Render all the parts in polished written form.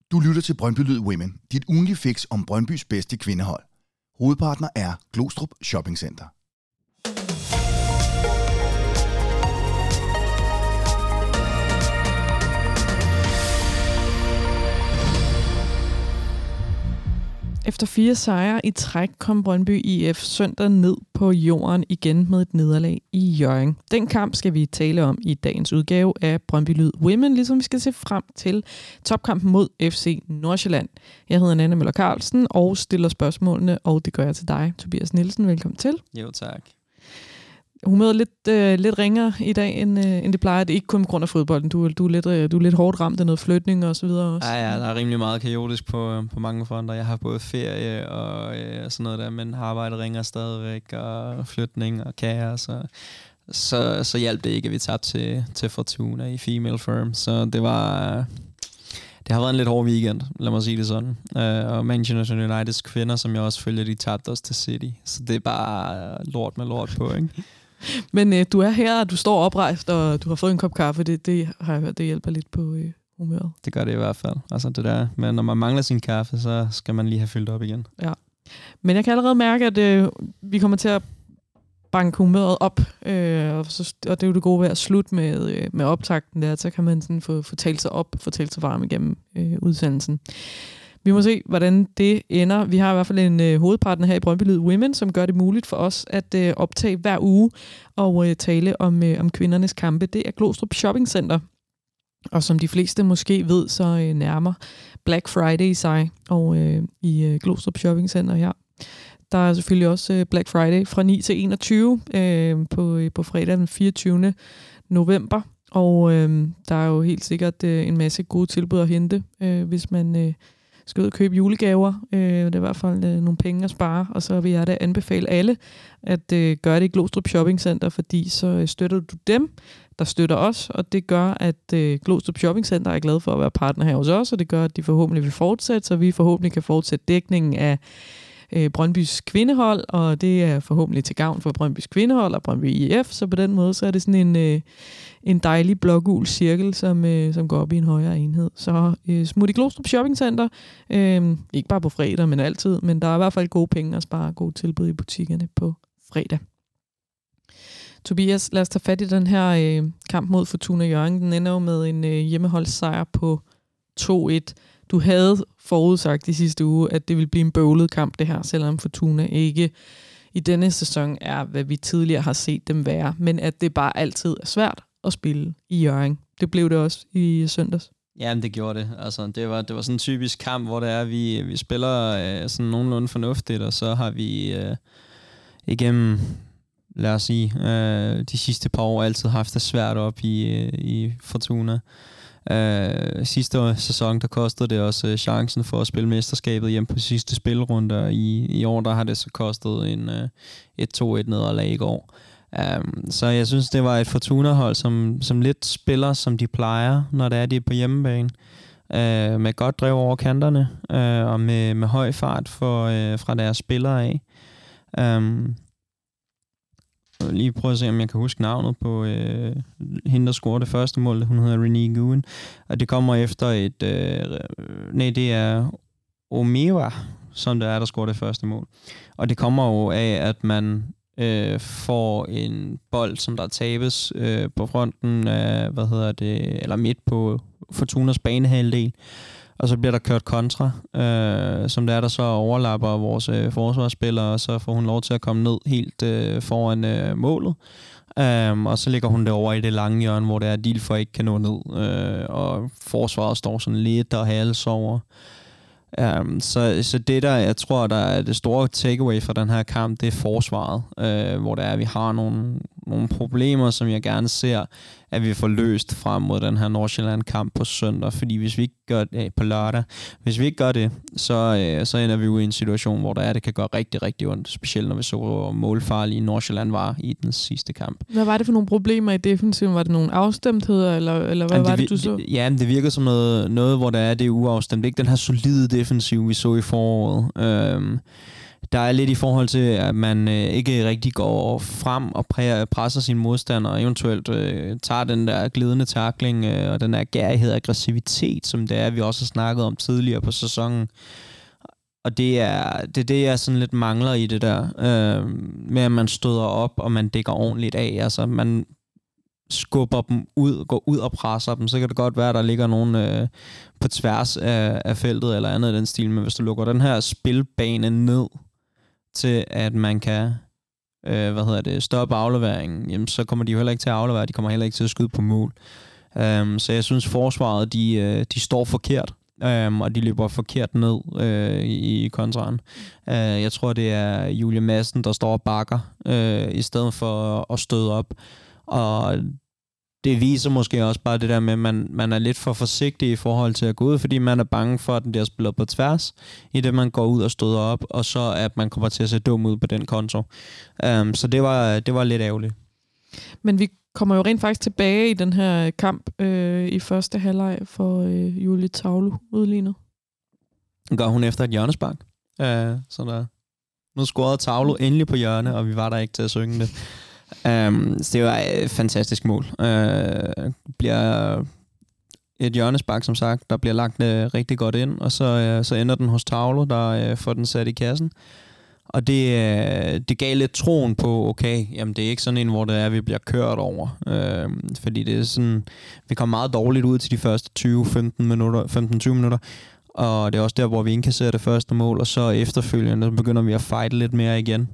Du lytter til Brøndby Lyd Women, dit ugentlige fix om Brøndbys bedste kvindehold. Hovedpartner er Glostrup Shopping Center. Efter 4 sejre i træk kom Brøndby IF søndag ned på jorden igen med et nederlag i Hjørring. Den kamp skal vi tale om i dagens udgave af Brøndby Lyd Women, ligesom vi skal se frem til topkampen mod FC Nordsjælland. Jeg hedder Nanne Møller Carlsen og stiller spørgsmålene, og det gør jeg til dig, Tobias Nielsen. Velkommen til. Jo, tak. Humøret lidt ringere i dag, end det plejer. Det er ikke kun på grund af fodbolden. Du er lidt hårdt ramt af noget flytning og så videre også. Ja, der er rimelig meget kaotisk på mange fronter. Jeg har både ferie og sådan noget der, men arbejdet ringer stadigvæk, og flytning og kaos. Så hjalp det ikke, at vi tabte til Fortuna i Female Firm. Så det har været en lidt hård weekend, lad mig sige det sådan. Og Manchester Uniteds kvinder, som jeg også følger, de tabte os til City. Så det er bare lort med lort på, ikke? Men du er her, og du står oprejst, og du har fået en kop kaffe. Det har jeg hørt, det hjælper lidt på humøret. Det gør det i hvert fald. Altså det der. Men når man mangler sin kaffe, så skal man lige have fyldt op igen. Ja. Men jeg kan allerede mærke, at vi kommer til at banke humøret op. Og det er jo det gode ved at slutte med optakten der. Så kan man sådan få talt sig op, få talt sig varm igennem udsendelsen. Vi må se, hvordan det ender. Vi har i hvert fald en hovedpartner her i Brøndby Lyd Women, som gør det muligt for os at optage hver uge og tale om kvindernes kampe. Det er Glostrup Shopping Center. Og som de fleste måske ved, så nærmer Black Friday sig. Og i Glostrup Shopping Center her, der er selvfølgelig også Black Friday fra 9 til 21 på fredag den 24. november. Og der er jo helt sikkert en masse gode tilbud at hente, hvis man skal ud og købe julegaver. Det er i hvert fald nogle penge at spare, og så vil jeg da anbefale alle at gøre det i Glostrup Shopping Center, fordi så støtter du dem, der støtter os, og det gør, at Glostrup Shopping Center er glad for at være partner her hos os, og det gør, at de forhåbentlig vil fortsætte, så vi forhåbentlig kan fortsætte dækningen af Brøndbys kvindehold, og det er forhåbentlig til gavn for Brøndbys kvindehold og Brøndby IF, så på den måde så er det sådan en dejlig blågul cirkel, som går op i en højere enhed. Så smut i Glostrup Shopping Center, ikke bare på fredag, men altid, men der er i hvert fald gode penge at spare, gode tilbud i butikkerne på fredag. Tobias, lad os tage fat i den her kamp mod Fortuna Hjørring. Den ender jo med en hjemmeholdssejr på 2-1. Du havde forudsagt i sidste uge, at det ville blive en bøvlet kamp, det her, selvom Fortuna ikke i denne sæson er, hvad vi tidligere har set dem være, men at det bare altid er svært at spille i Hjørring. Det blev det også i søndags. Jamen, det gjorde det. Altså, det var sådan en typisk kamp, hvor det er, vi spiller sådan nogenlunde fornuftigt, og så har vi igennem, lad os sige, de sidste par år altid haft det svært op i Fortuna. Sidste sæson, der kostede det også chancen for at spille mesterskabet hjem på sidste spilrunde, og i år, der har det så kostet et 2-1 nederlag i går. Så jeg synes, det var et Fortuna-hold, som lidt spiller, som de plejer, når det er, de er på hjemmebane. Med godt drev over kanterne, og med høj fart fra deres spillere af. Lige prøve at se, om jeg kan huske navnet på hende, der scorede det første mål. Hun hedder Renee Guen. Og det kommer efter det er Omewa, som der scorede det første mål. Og det kommer jo af, at man får en bold, som der tabes på fronten af, eller midt på Fortunas banehalvdel. Og så bliver der kørt kontra, som der så overlapper vores forsvarsspillere, og så får hun lov til at komme ned helt foran målet. Og så ligger hun det over i det lange hjørne, hvor det er, at Dilfer ikke kan nå ned, og forsvaret står sådan lidt og halsover. Så det der, jeg tror, der er det store takeaway fra den her kamp, det er forsvaret, hvor det er, at vi har nogle problemer, som jeg gerne ser, at vi får løst frem mod den her Nordsjælland-kamp på søndag, fordi hvis vi ikke gør det på lørdag, hvis vi ikke gør det, så ender vi jo i en situation, hvor det kan gøre rigtig, rigtig ondt, specielt når vi så, hvor målfarlige Nordsjælland var i den sidste kamp. Hvad var det for nogle problemer i defensiven? Var det nogle afstemtheder, eller hvad var det, du så? Ja, det virker som noget, hvor det er uafstemt. Ikke den her solide defensiv, vi så i foråret. der er lidt i forhold til, at man ikke rigtig går frem og presser sine modstandere, og eventuelt tager den der glidende tackling og den der gærighed og aggressivitet, som det er, vi også har snakket om tidligere på sæsonen. Og det er det, jeg sådan lidt mangler i det der, med at man støder op, og man dækker ordentligt af. Altså, man skubber dem ud, går ud og presser dem, så kan det godt være, at der ligger nogen på tværs af feltet eller andet i den stil, men hvis du lukker den her spilbane ned til, at man kan stoppe afleveringen, jamen, så kommer de jo heller ikke til at aflevere, de kommer heller ikke til at skyde på mål. Så jeg synes, forsvaret, de står forkert, og de løber forkert ned i kontraen. Jeg tror, det er Julie Madsen, der står og bakker, i stedet for at støde op. Og det viser måske også bare det der med, at man er lidt for forsigtig i forhold til at gå ud, fordi man er bange for, at den bliver spillet på tværs, i det man går ud og støder op, og så at man kommer til at se dum ud på den konto. Så det var lidt ærgerligt. Men vi kommer jo rent faktisk tilbage i den her kamp i første halvleg for Julie Tavlo udlignet. Gør hun efter et hjørnespark. Så der nu scorede Tavlo endelig på hjørne, og vi var der ikke til at synge det. Så det var et fantastisk mål. Bliver et hjørnespark, som sagt, der bliver lagt rigtig godt ind, og så ender den hos Tavlo, der får den sat i kassen. Og det gav lidt troen på, okay, jamen det er ikke sådan en, hvor det er, vi bliver kørt over. Fordi det er sådan, vi kom meget dårligt ud til de første 15-20 minutter, og det er også der, hvor vi indkasserer det første mål, og så efterfølgende begynder vi at fighte lidt mere igen.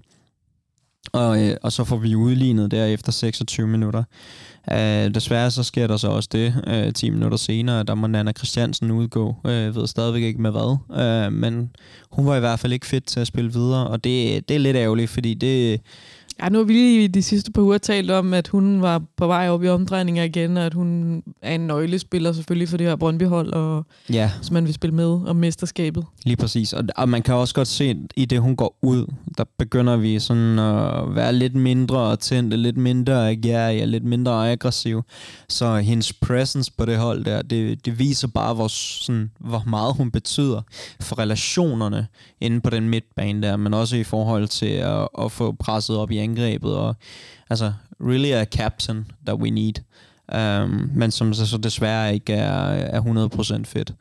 Og så får vi udlignet der efter 26 minutter. Desværre så sker der så også det 10 minutter senere, der må Nanna Christiansen udgå. Jeg ved stadigvæk ikke med hvad, men hun var i hvert fald ikke fit til at spille videre, og det er lidt ærgerligt, fordi det... Ja, nu har vi lige de sidste par uger talt om, at hun var på vej op i omdrejninger igen, og at hun er en nøglespiller selvfølgelig for det her Brøndby-hold, og som man vil spille med om mesterskabet. Lige præcis, og man kan også godt se, i det hun går ud, der begynder vi sådan at være lidt mindre tændte, lidt mindre agerige, lidt mindre aggressiv. Så hendes presence på det hold der, det viser bare, hvor meget hun betyder for relationerne inde på den midtbane der, men også i forhold til at få presset op i angrebet, og altså really a captain that we need, men som så desværre ikke er 100% fedt.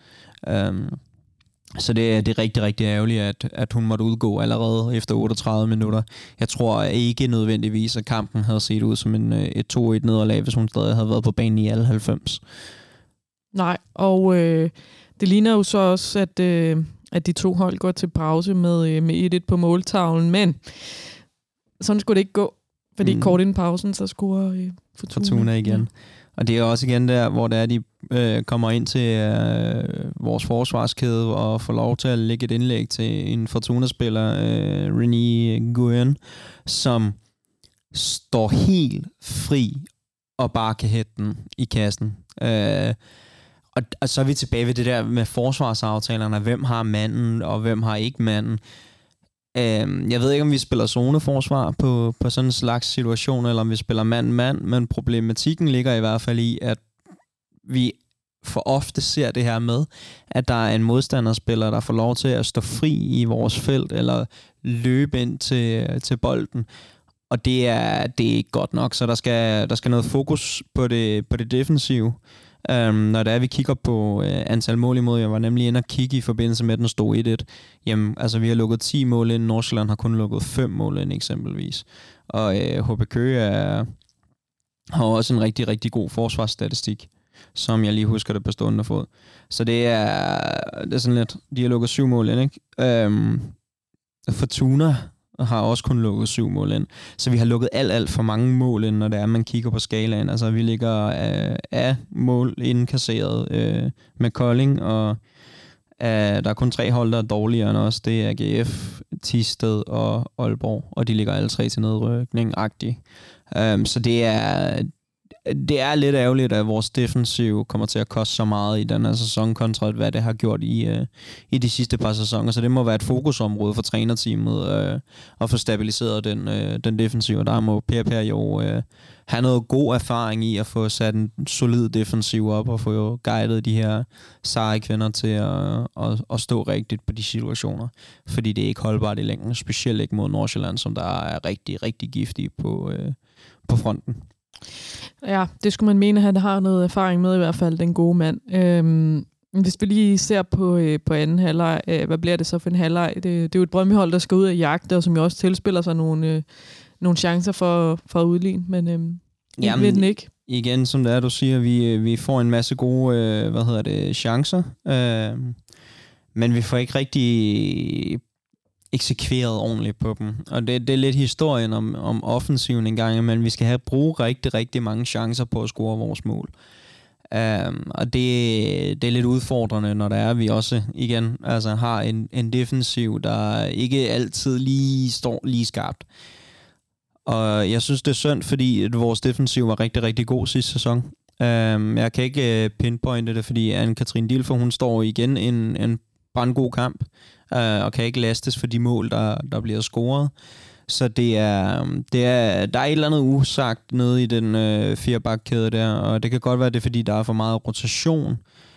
Så det er rigtig, rigtig ærgerligt, at hun måtte udgå allerede efter 38 minutter. Jeg tror ikke nødvendigvis, at kampen havde set ud som et 2-1 nederlag, hvis hun stadig havde været på banen i alle 90. Nej, og det ligner jo så også, at de to hold går til pause med 1-1 på måltavlen, men sådan skulle det ikke gå, fordi kort inden pausen, så scorer Fortuna igen. Ja. Og det er også igen der, hvor det er, de kommer ind til vores forsvarskæde og får lov til at lægge et indlæg til en Fortuna-spiller, René Nguyen, som står helt fri og bare kan hætte den i kassen. Og så er vi tilbage ved det der med forsvarsaftalerne, hvem har manden, og hvem har ikke manden. Jeg ved ikke, om vi spiller zoneforsvar på sådan en slags situation, eller om vi spiller mand-mand, men problematikken ligger i hvert fald i, at vi for ofte ser det her med, at der er en modstanderspiller, der får lov til at stå fri i vores felt, eller løbe ind til bolden. Og det er ikke godt nok, så der skal noget fokus på det defensive. Når det er, vi kigger på antal mål imod, jeg var nemlig inde og kigge i forbindelse med, at den stod 1-1. Jamen, altså vi har lukket 10 mål ind, Nordsjælland har kun lukket 5 mål ind eksempelvis. Og HB Køge har også en rigtig, rigtig god forsvarsstatistik, som jeg lige husker det på stående fod. Så det er sådan lidt, de har lukket 7 mål ind, ikke? Fortuna har også kun lukket 7 mål ind. Så vi har lukket alt for mange mål ind, når det er, man kigger på skalaen. Altså, vi ligger af mål indkasseret med Kolding, og der er kun 3 hold, der er dårligere end os. Det er AGF, Thisted og Aalborg, og de ligger alle 3 til nedrykning-agtigt. Så det er det er lidt ærgerligt, at vores defensiv kommer til at koste så meget i den her sæson, kontra hvad det har gjort i de sidste par sæsoner. Så det må være et fokusområde for trænerteamet at få stabiliseret den defensiv. Og der må Per jo have noget god erfaring i at få sat en solid defensiv op og få guidet de her seje kvinder til at stå rigtigt på de situationer. Fordi det er ikke holdbart i længden, specielt ikke mod Nordsjælland, som der er rigtig, rigtig giftige på fronten. Ja, det skulle man mene, at han har noget erfaring med i hvert fald, den gode mand. Hvis vi lige ser på anden halvleg, hvad bliver det så for en halvleg? Det er jo et Brøndby-hold, der skal ud af jagte, og som jo også tilspiller sig nogle chancer for at udligne, men ved den ikke. Igen, som det er, du siger, vi får en masse gode chancer, men vi får ikke rigtig eksekveret ordentligt på dem. Og det er lidt historien om offensiven en gang, men vi skal bruge rigtig, rigtig mange chancer på at score vores mål. Og det er lidt udfordrende, når det er, at vi også igen har en defensiv, der ikke altid lige står lige skarpt. Og jeg synes, det er synd, fordi vores defensiv var rigtig, rigtig god sidste sæson. Jeg kan ikke pinpointe det, fordi Anne-Katrine Dilfer, hun står igen en brandgod kamp, og kan ikke lastes for de mål, der bliver scoret. Så der er et eller andet usagt nede i den firebakkæde der, og det kan godt være, det er, fordi der er for meget rotation.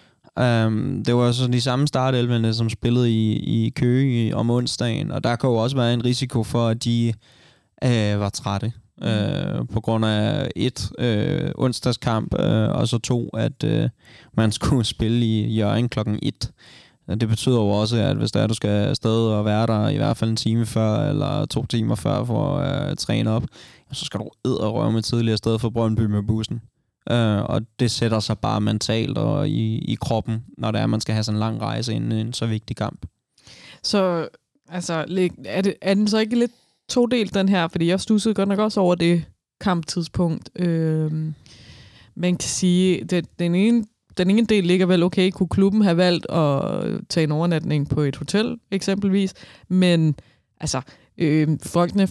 Det var så de samme startelvende, som spillede i Køge om onsdagen, og der kan jo også være en risiko for, at de var trætte. På grund af onsdagskamp, og så 2, at man skulle spille i Hjørring klokken 1. Det betyder jo også, at hvis du skal afsted og være der i hvert fald en time før, eller 2 timer før for at træne op, så skal du edderrøve med tidligere sted for Brøndby med bussen. Og det sætter sig bare mentalt og i kroppen, når det er, man skal have sådan en lang rejse inden en så vigtig kamp. Så er den så ikke lidt todelt, den her? Fordi jeg stussede godt nok også over det kamptidspunkt. Man kan sige, den ene del ligger vel, okay, kunne klubben have valgt at tage en overnatning på et hotel, eksempelvis, men folkene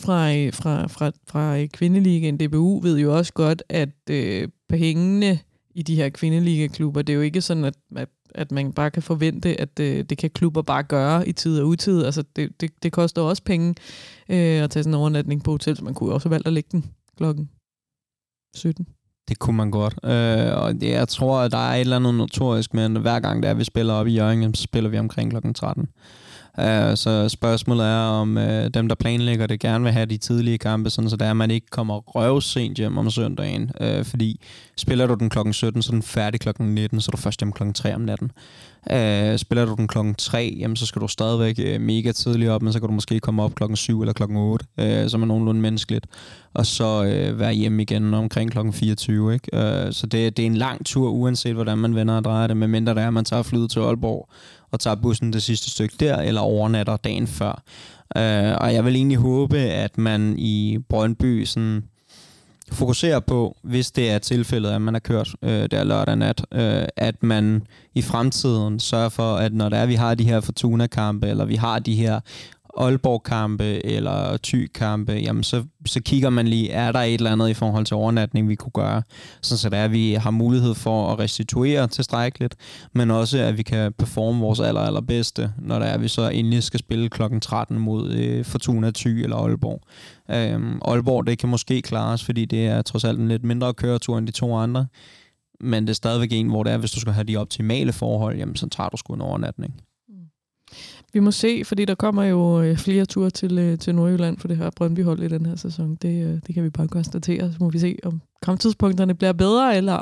fra Kvindeligaen, DBU, ved jo også godt, at pengene i de her kvindeligaklubber, det er jo ikke sådan, at man bare kan forvente, at det kan klubber bare gøre i tid og utid. Altså, det koster også penge at tage sådan en overnatning på hotel, så man kunne også have valgt at lægge den klokken 17. Det kunne man godt. Og jeg tror, at der er et eller andet notorisk, men hver gang vi spiller op i Hjørring, så spiller vi omkring klokken 13. Så spørgsmålet er, om dem, der planlægger det, gerne vil have de tidlige kampe, sådan så at man ikke kommer røvsent hjem om søndagen. Fordi spiller du den klokken 17, så er den færdig klokken 19, så er du først hjem klokken 3 om natten. Spiller du den klokken 3, jamen, så skal du stadigvæk mega tidligt op, men så kan du måske komme op klokken 7 eller klokken 8, som er nogenlunde menneskeligt. Og så være hjemme igen omkring klokken 24. Ikke? Så det er en lang tur, uanset hvordan man vender og drejer det, medmindre det er, at man tager flyet til Aalborg og tager bussen det sidste stykke der, eller overnatter dagen før. Og jeg vil egentlig håbe, at man i Brøndby sådan fokuserer på, hvis det er tilfældet, at man har kørt der lørdag nat, at man i fremtiden sørger for, at når der er, vi har de her Fortuna-kampe, eller vi har de her Aalborg-kampe eller Thy-kampe, jamen så kigger man lige, er der et eller andet i forhold til overnatning, vi kunne gøre, så det er, at vi har mulighed for at restituere tilstrækkeligt, men også, at vi kan performe vores allerbedste, når der er, vi så endelig skal spille klokken 13 mod Fortuna, Thy eller Aalborg. Aalborg, det kan måske klares, fordi det er trods alt en lidt mindre køretur end de 2 andre, men det er stadigvæk en, hvor det er, hvis du skal have de optimale forhold, jamen så tager du sgu en overnatning. Vi må se, fordi der kommer jo flere ture til Nordjylland for det her Brøndby-hold i den her sæson. Det kan vi bare konstatere. Så må vi se, om kamptidspunkterne bliver bedre, eller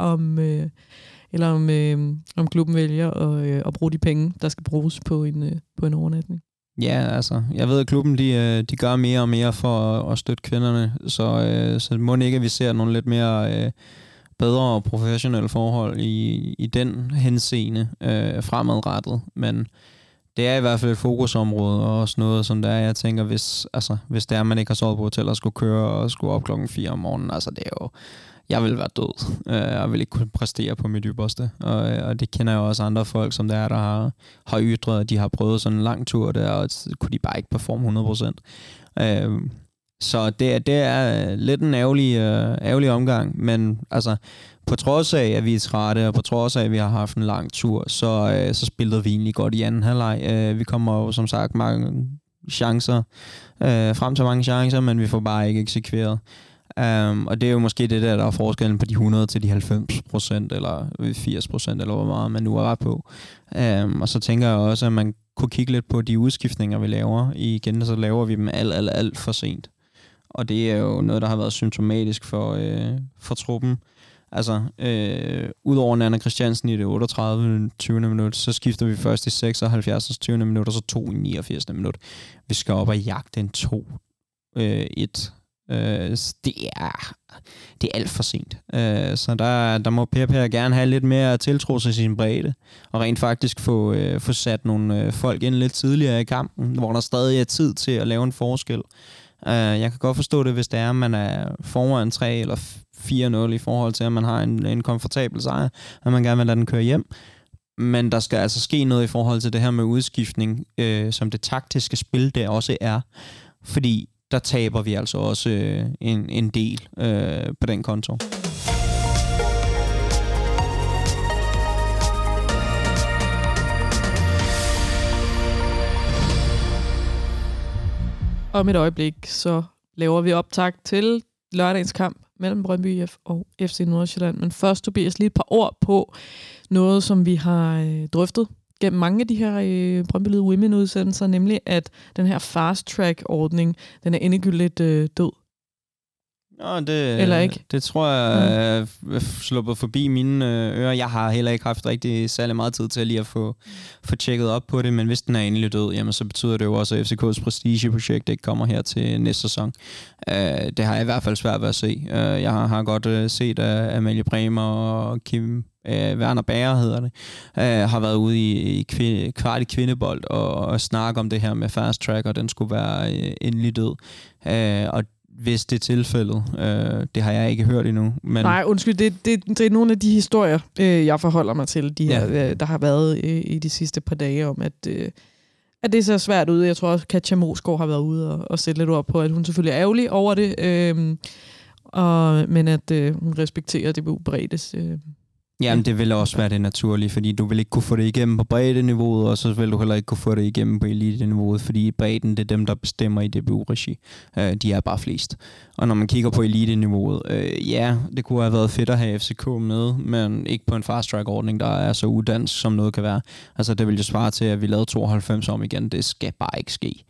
om klubben vælger at bruge de penge, der skal bruges på en overnatning. Ja, altså, jeg ved, at klubben de gør mere og mere for at støtte kvinderne, så må ikke, at vi ser nogle lidt mere bedre og professionelle forhold i den henseende fremadrettet, men det er i hvert fald et fokusområde, og også noget, som der er, jeg tænker, hvis det er, man ikke har sovet på hotel og skulle køre og skulle op klokken 4 om morgenen, altså det er jo, jeg vil være død. Jeg vil ikke kunne præstere på mit ypperste, og det kender jeg også andre folk, som der har ytret, at de har prøvet sådan en lang tur der, og kunne de bare ikke performe 100%. Så det er lidt en ærgerlig omgang, men altså, på trods af, at vi er trætte, og på trods af, at vi har haft en lang tur, så spillede vi egentlig godt i anden halvleg. Vi kommer jo som sagt mange chancer, frem til mange chancer, men vi får bare ikke eksekveret. Og det er jo måske det der er forskellen på de 100 til de 90%, eller 80%, eller hvor meget man nu er ret på. Og så tænker jeg også, at man kunne kigge lidt på de udskiftninger, vi laver. Igen, så laver vi dem alt for sent. Og det er jo noget, der har været symptomatisk for truppen. Altså, udover Nanna Christiansen i det 38. 20. minut, så skifter vi først i 76. 20. minut, og så 2 i 89. minut. Vi skal op og jagte en 2-1. Det er alt for sent. Så der må Per gerne have lidt mere tiltro til sin bredde, og rent faktisk få sat nogle folk ind lidt tidligere i kampen, hvor der stadig er tid til at lave en forskel. Jeg kan godt forstå det, hvis det er, at man er foran 3 eller 4-0 i forhold til, at man har en komfortabel sejr, og man gerne vil lade den køre hjem. Men der skal altså ske noget i forhold til det her med udskiftning, som det taktiske spil der også er. Fordi der taber vi altså også en del på den konto. Om et øjeblik, så laver vi optakt til lørdagens kamp mellem Brøndby IF og FC Nordsjælland. Men først, Tobias, lige et par ord på noget, som vi har drøftet gennem mange af de her Brøndby Lede Women-udsendelser, nemlig at den her fast-track-ordning, den er endegyldigt død. Nå, eller ikke? Det tror jeg er sluppet forbi mine ører. Jeg har heller ikke haft rigtig særlig meget tid til lige at få tjekket op på det, men hvis den er endelig død, jamen, så betyder det jo også, at FCK's prestigeprojekt ikke kommer her til næste sæson. Det har jeg i hvert fald svært ved at se. Jeg har godt set, at Amalie Bremer og Kim Werner Bager hedder det, har været ude i kvart i kvindebold og snakke om det her med fast track, og den skulle være endelig død. Og hvis det er tilfældet. Det har jeg ikke hørt endnu. Men nej, undskyld. Det er nogle af de historier, jeg forholder mig til, her, der har været i de sidste par dage, om at det ser svært ud. Jeg tror også, Katja Mosgaard har været ude og sætte lidt ord på, at hun selvfølgelig er ærgerlig over det, men at hun respekterer det breddes. Jamen, det vil også være det naturlige, fordi du vil ikke kunne få det igennem på breddeniveauet, og så vil du heller ikke kunne få det igennem på elite-niveauet, fordi bredden, det er dem, der bestemmer i DBU-regi. De er bare flest. Og når man kigger på elite-niveauet, det kunne have været fedt at have FCK med, men ikke på en fast-track-ordning, der er så udansk, som noget kan være. Altså, det vil jo svare til, at vi lavede 92 om igen. Det skal bare ikke ske.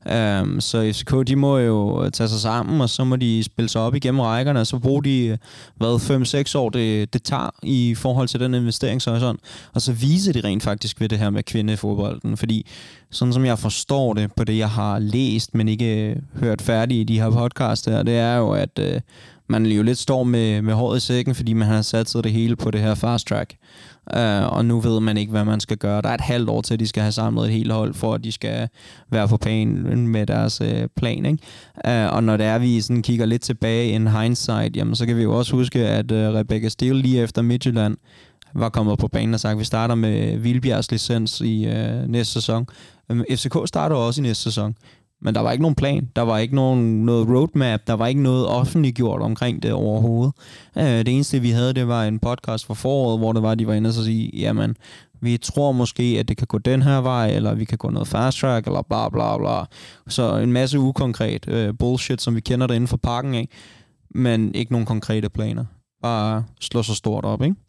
Så FCK, de må jo tage sig sammen, og så må de spille sig op igennem rækkerne, og så bruge de 5-6 år, det tager i forhold til den investeringshorisont, og så vise det rent faktisk ved det her med kvindefodbolden, fordi sådan som jeg forstår det på det, jeg har læst, men ikke hørt færdigt i de her podcasts her, det er jo, at man jo lidt står med håret i sækken, fordi man har sat sig det hele på det her fast track. Og nu ved man ikke, hvad man skal gøre. Der er et halvt år til, at de skal have samlet et helt hold, for at de skal være på banen med deres plan, ikke? Og når det er, vi sådan kigger lidt tilbage in hindsight, jamen, så kan vi jo også huske, at Rebecca Steele lige efter Midtjylland var kommet på banen og sagt, at vi starter med Vildbjergs licens i næste sæson. FCK starter også i næste sæson. Men der var ikke nogen plan, der var ikke noget roadmap, der var ikke noget offentliggjort omkring det overhovedet. Det eneste, vi havde, det var en podcast for foråret, hvor det var, de var inde og så sige, jamen, vi tror måske, at det kan gå den her vej, eller vi kan gå noget fast track, eller bla bla bla. Så en masse ukonkret bullshit, som vi kender det inden for parken af, men ikke nogen konkrete planer. Bare slå så stort op, ikke?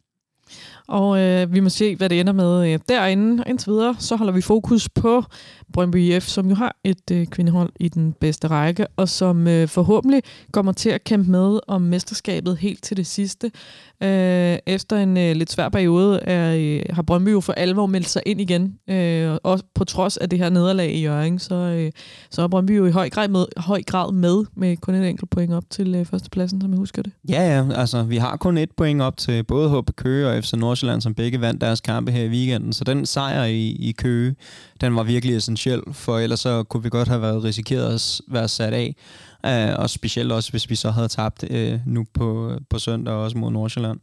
Og vi må se, hvad det ender med derinde. Indtil videre, så holder vi fokus på Brøndby IF, som jo har et kvindehold i den bedste række, og som forhåbentlig kommer til at kæmpe med om mesterskabet helt til det sidste. Efter en lidt svær periode har Brøndby jo for alvor meldt sig ind igen. Og på trods af det her nederlag i Hjørring, så er Brøndby jo i høj grad med kun et enkelt point op til førstepladsen, som jeg husker det. Ja, altså vi har kun et point op til både HB Køge og FC Nordsjælland, som begge vandt deres kampe her i weekenden. Så den sejr i Køge, den var virkelig essentiel, for ellers så kunne vi godt have været risikeret at være sat af. Og specielt også, hvis vi så havde tabt nu på søndag også mod Nordsjælland.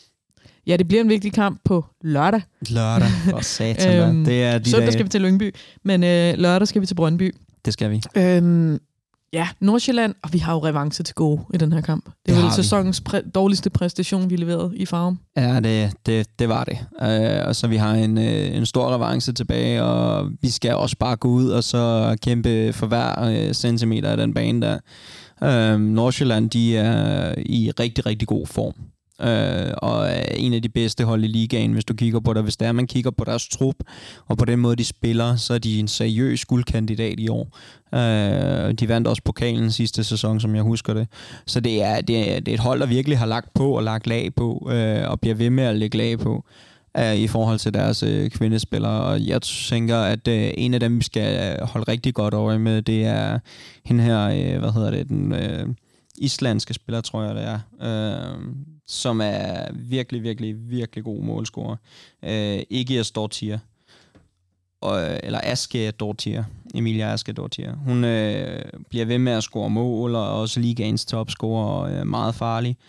Ja, det bliver en vigtig kamp på lørdag. Lørdag, for satan. Det er de søndag dage. skal vi til Lyngby, men lørdag skal vi til Brøndby. Det skal vi. Ja, Nordsjælland, og vi har jo revanche til gode i den her kamp. Det er vel sæsonens dårligste præstation, vi leverede i Farum. Ja, det var det. Og så vi har en stor revanche tilbage, og vi skal også bare gå ud og så kæmpe for hver centimeter af den bane der. Nordsjælland, de er i rigtig, rigtig god form. Og er en af de bedste hold i ligaen, hvis du kigger på det. Hvis det er, man kigger på deres trup, og på den måde, de spiller, så er de en seriøs guldkandidat i år. De vandt også pokalen sidste sæson, som jeg husker det. Så det er et hold, der virkelig har lagt på og lagt lag på, og bliver ved med at lægge lag på i forhold til deres kvindespillere. Og jeg tænker, at en af dem, vi skal holde rigtig godt øje med, det er hende her, den islandske spiller, tror jeg det er, som er virkelig, virkelig, virkelig god målscorer. Ikke Astortier, eller Aske Dortier, Emilia Aske Dortier. Hun bliver ved med at score mål, og også ligaens topscorer, og meget farlig.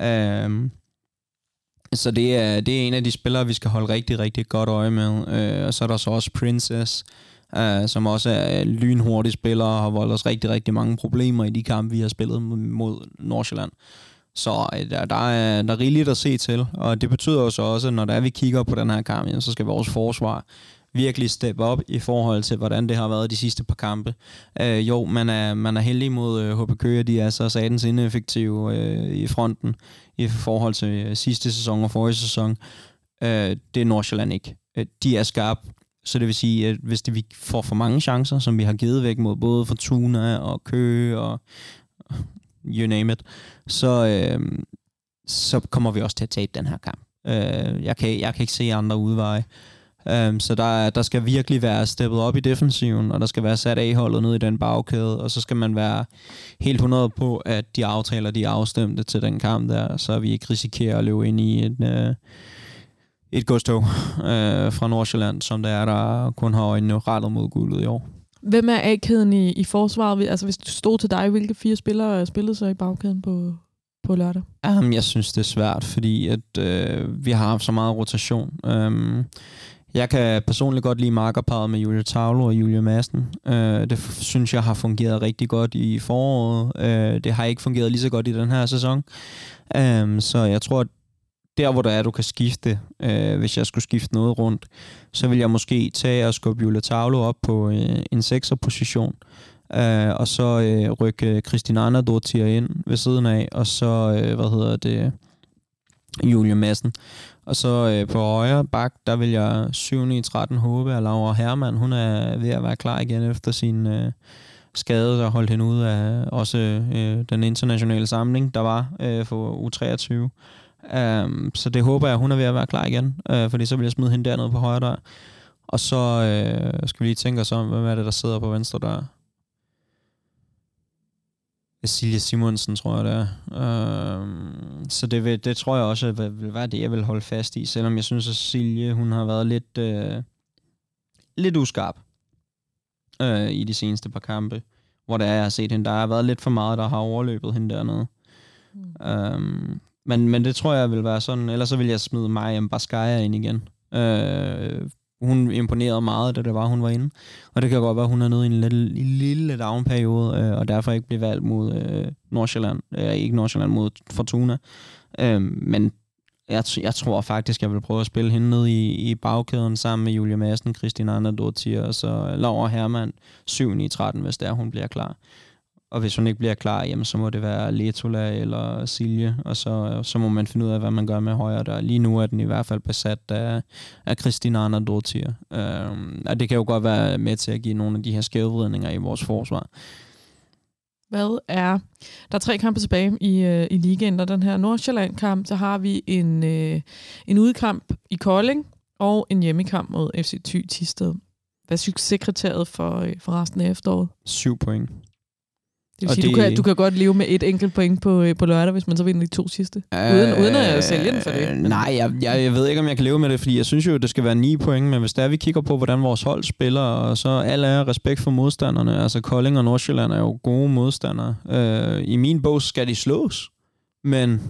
Så det er en af de spillere, vi skal holde rigtig, rigtig godt øje med. Og så er der så også Princess, som også er lynhurtig spiller, og har voldt os rigtig, rigtig mange problemer i de kampe, vi har spillet mod Nordsjælland. Så der er rigeligt at se til, og det betyder jo så også, når vi kigger på den her kamp, så skal vores forsvar virkelig steppe op i forhold til, hvordan det har været de sidste par kampe. Man er heldig mod HB Køge, de er så satans ineffektive i fronten i forhold til sidste sæson og forrige sæson. Det er Nordsjælland ikke. De er skarpe, så det vil sige, at hvis vi får for mange chancer, som vi har givet væk mod både Fortuna og Køge og you name it, så kommer vi også til at tabe den her kamp. Jeg kan ikke se andre udveje. Så der skal virkelig være steppet op i defensiven, og der skal være sat A-holdet ned i den bagkæde, og så skal man være helt 100 på, at de aftaler, de er afstemte til den kamp der, så vi ikke risikerer at løbe ind i et godstog fra Nordsjælland, som der kun har øjnene rettet mod guldet i år. Hvem er A-kæden i forsvaret? Altså hvis du stod til dig, hvilke 4 spillere spillede så i bagkæden på lørdag? Jeg synes, det er svært, fordi at vi har haft så meget rotation. Jeg kan personligt godt lide markerparret med Julie Tavlo og Julie Madsen. Det synes jeg har fungeret rigtig godt i foråret. Det har ikke fungeret lige så godt i den her sæson. Så jeg tror, at der hvor der er, du kan skifte, hvis jeg skulle skifte noget rundt, så vil jeg måske tage og skubbe Julie Tavlo op på en 6'er-position. Og så rykke Christina Anadottir ind ved siden af, og så, Julie Madsen. Og så på højre bak, der vil jeg 7-9-13 håbe, at Laura Hermann, hun er ved at være klar igen efter sin skade, der holdt hende ude af også den internationale samling, der var for U23. Så det håber jeg, hun er ved at være klar igen, fordi så vil jeg smide hende dernede på højre der. Og så skal vi lige tænke os om, hvem er det, der sidder på venstre der? Silje Simonsen, tror jeg det er. Så det tror jeg også vil være det, jeg vil holde fast i, selvom jeg synes, at Silje, hun har været lidt uskarp i de seneste par kampe, hvor jeg har set hende. Der har været lidt for meget, der har overløbet hende dernede. Men det tror jeg vil være sådan. Ellers så vil jeg smide Mariam Baskaya ind igen. Hun imponerede meget, da det var, hun var inde. Og det kan godt være, at hun er nede i en lille down-periode, og derfor ikke bliver valgt mod Nordsjælland. Ikke Nordsjælland, mod Fortuna. Men jeg tror faktisk, jeg vil prøve at spille hende ned i bagkæden sammen med Julia Madsen, Christina Anadottir, og så Laura Hermann 7-9-13, hvis det er, hun bliver klar. Og hvis hun ikke bliver klar, jamen, så må det være Letola eller Silje, og så må man finde ud af, hvad man gør med højre der. Lige nu er den i hvert fald besat af Christina Anadottir. Og det kan jo godt være med til at give nogle af de her skævvridninger i vores forsvar. Der er 3 kampe tilbage i ligaen, og den her Nordsjælland-kamp, så har vi en udekamp i Kolding og en hjemmekamp mod FC Thy Thisted. Hvad er succeskriteriet for resten af efteråret? 7 point. Det vil sige, du kan godt leve med et enkelt point på lørdag, hvis man så vinder de 2 sidste. Uden at sælge den for det. Nej, jeg ved ikke, om jeg kan leve med det, fordi jeg synes jo, det skal være 9 point, men hvis der vi kigger på, hvordan vores hold spiller, og så alle er respekt for modstanderne. Altså Kolding og Nordsjælland er jo gode modstandere. I min bog skal de slås, men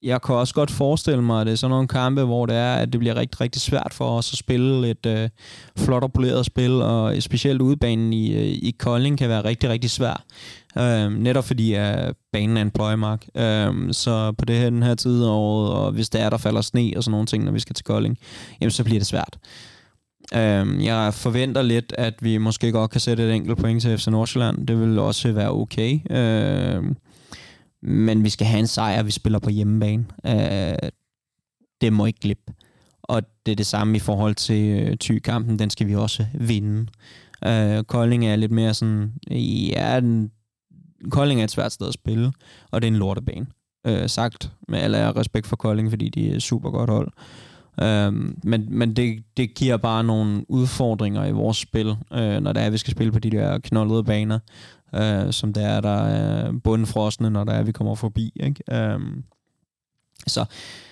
jeg kan også godt forestille mig, at det er sådan nogle kampe, hvor det er, at det bliver rigtig, rigtig svært for os at spille et flot og poleret spil, og specielt udebanen i Kolding kan være rigtig, rigtig svær. Netop fordi banen er en pløjemark. Så på den her tid af året, og hvis der falder sne og sådan nogle ting, når vi skal til Kolding, jamen så bliver det svært. Jeg forventer lidt, at vi måske godt kan sætte et enkelt point til FC Nordsjælland. Det vil også være okay. Men vi skal have en sejr, vi spiller på hjemmebane. Det må ikke glippe. Og det er det samme i forhold til Thy-kampen. Den skal vi også vinde. Kolding er lidt mere sådan... Kolding er et svært sted at spille, og det er en lortebane. Sagt med alle respekt for Kolding, fordi de er super godt hold. Men det giver bare nogle udfordringer i vores spil, når det er, vi skal spille på de der knoldede baner, som der er bundfrosne, når der er, vi kommer forbi. Ikke? Så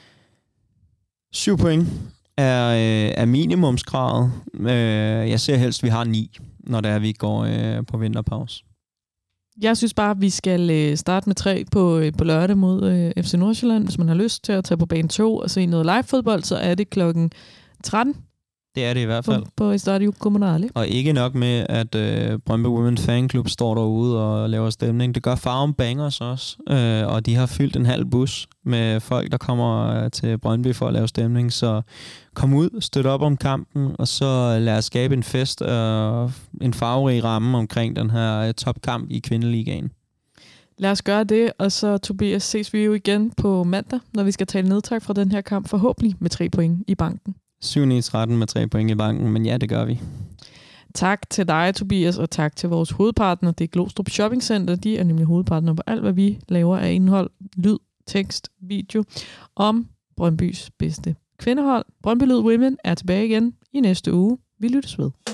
7 point er minimumskravet. Jeg ser helst, at vi har 9, når det er, vi går på vinterpause. Jeg synes bare, at vi skal starte med 3 på lørdag mod FC Nordsjælland. Hvis man har lyst til at tage på bane 2 og se noget live-fodbold, så er det klokken 13. Det er det i hvert fald. På Estadio Kommunale. Og ikke nok med, at Brøndby Women Fanclub står derude og laver stemning. Det gør Farum Bangers også. Og de har fyldt en halv bus med folk, der kommer til Brøndby for at lave stemning. Så kom ud, støt op om kampen, og så lad os skabe en fest og en farverig ramme omkring den her topkamp i Kvindeligaen. Lad os gøre det, og så Tobias ses vi jo igen på mandag, når vi skal tale nedtræk fra den her kamp, forhåbentlig med 3 point i banken. 7-9-13 med 3 point i banken, men ja, det gør vi. Tak til dig, Tobias, og tak til vores hovedpartner. Det er Glostrup Shopping Center. De er nemlig hovedpartner på alt, hvad vi laver af indhold, lyd, tekst, video om Brøndbys bedste kvindehold. Brøndby Lyd Women er tilbage igen i næste uge. Vi lyttes ved.